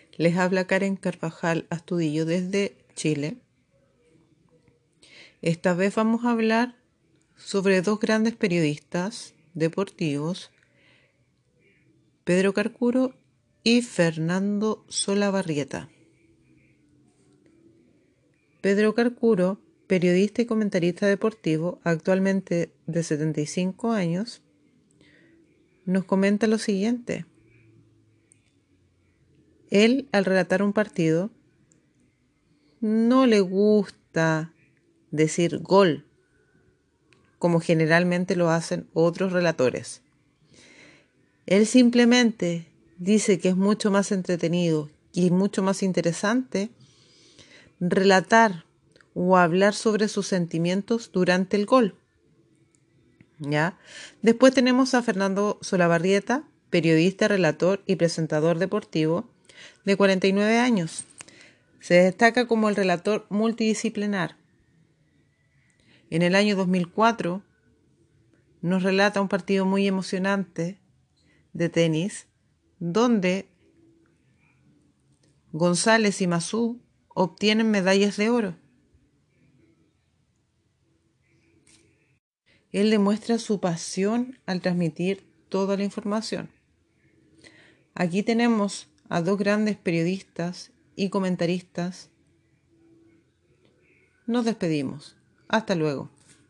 Les habla Karen Carvajal Astudillo desde Chile. Esta vez vamos a hablar sobre dos grandes periodistas deportivos, Pedro Carcuro y Fernando Solabarrieta. Pedro Carcuro, periodista y comentarista deportivo, actualmente de 75 años, nos comenta lo siguiente. Él, al relatar un partido, no le gusta decir gol, como generalmente lo hacen otros relatores. Él simplemente dice que es mucho más entretenido y mucho más interesante relatar o hablar sobre sus sentimientos durante el gol. ¿Ya? Después tenemos a Fernando Solabarrieta, periodista, relator y presentador deportivo de 49 años. Se destaca como el relator multidisciplinar. En el año 2004 nos relata un partido muy emocionante de tenis donde González y Massú obtienen medallas de oro. Él demuestra su pasión al transmitir toda la información. Aquí tenemos a dos grandes periodistas y comentaristas. Nos despedimos. Hasta luego.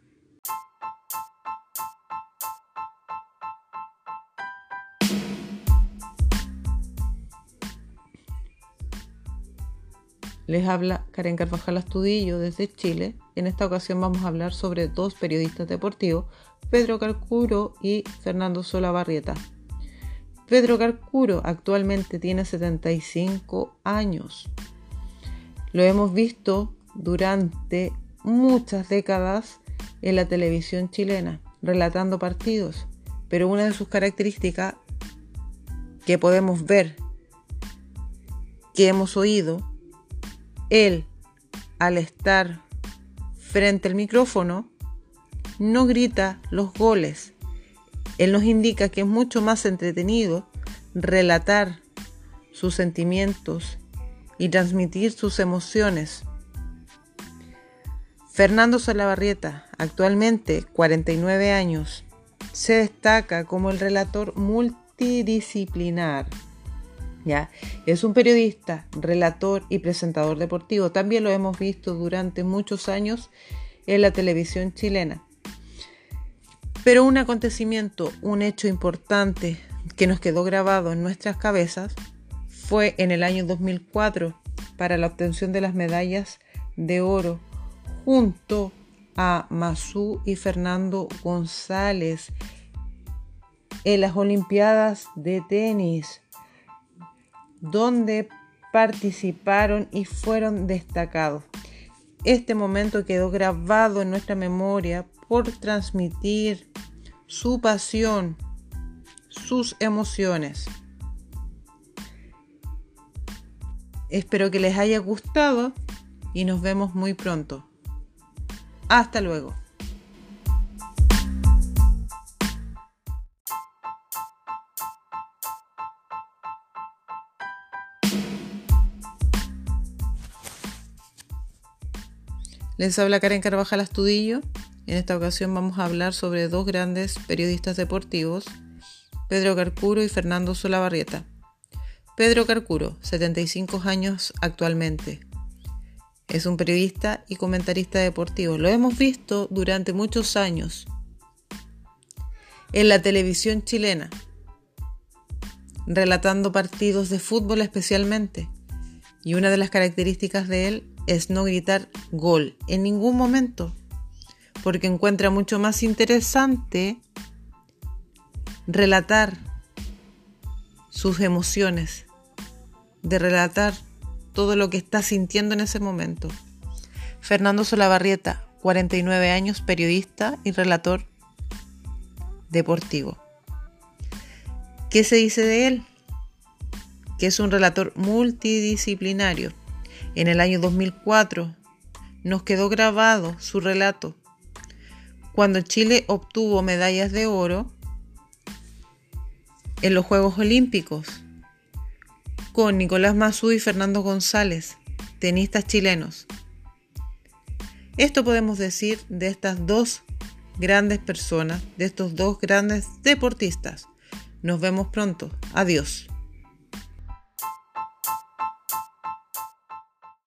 Les habla Karen Carvajal Astudillo desde Chile. En esta ocasión vamos a hablar sobre dos periodistas deportivos, Pedro Carcuro y Fernando Solabarrieta. Pedro Carcuro actualmente tiene 75 años. Lo hemos visto durante muchas décadas en la televisión chilena, relatando partidos, pero una de sus características que podemos ver, que hemos oído, él, al estar frente al micrófono, no grita los goles. Él nos indica que es mucho más entretenido relatar sus sentimientos y transmitir sus emociones. Fernando Solabarrieta, actualmente 49 años, se destaca como el relator multidisciplinar. ¿Ya? Es un periodista, relator y presentador deportivo. También lo hemos visto durante muchos años en la televisión chilena. Pero un acontecimiento, un hecho importante que nos quedó grabado en nuestras cabezas fue en el año 2004 para la obtención de las medallas de oro junto a Massú y Fernando González en las Olimpiadas de tenis, donde participaron y fueron destacados. Este momento quedó grabado en nuestra memoria por transmitir su pasión, sus emociones. Espero que les haya gustado y nos vemos muy pronto. Hasta luego. Les habla Karen Carvajal Astudillo. En esta ocasión vamos a hablar sobre dos grandes periodistas deportivos, Pedro Carcuro y Fernando Solabarrieta. Pedro Carcuro, 75 años actualmente. Es un periodista y comentarista deportivo. Lo hemos visto durante muchos años en la televisión chilena, relatando partidos de fútbol especialmente. Y una de las características de él es no gritar gol en ningún momento, porque encuentra mucho más interesante relatar sus emociones, de relatar todo lo que está sintiendo en ese momento. Fernando Solabarrieta, 49 años, periodista y relator deportivo. ¿Qué se dice de él? Que es un relator multidisciplinario. En el año 2004 nos quedó grabado su relato cuando Chile obtuvo medallas de oro en los Juegos Olímpicos con Nicolás Mazú y Fernando González, tenistas chilenos. Esto podemos decir de estas dos grandes personas, de estos dos grandes deportistas. Nos vemos pronto. Adiós.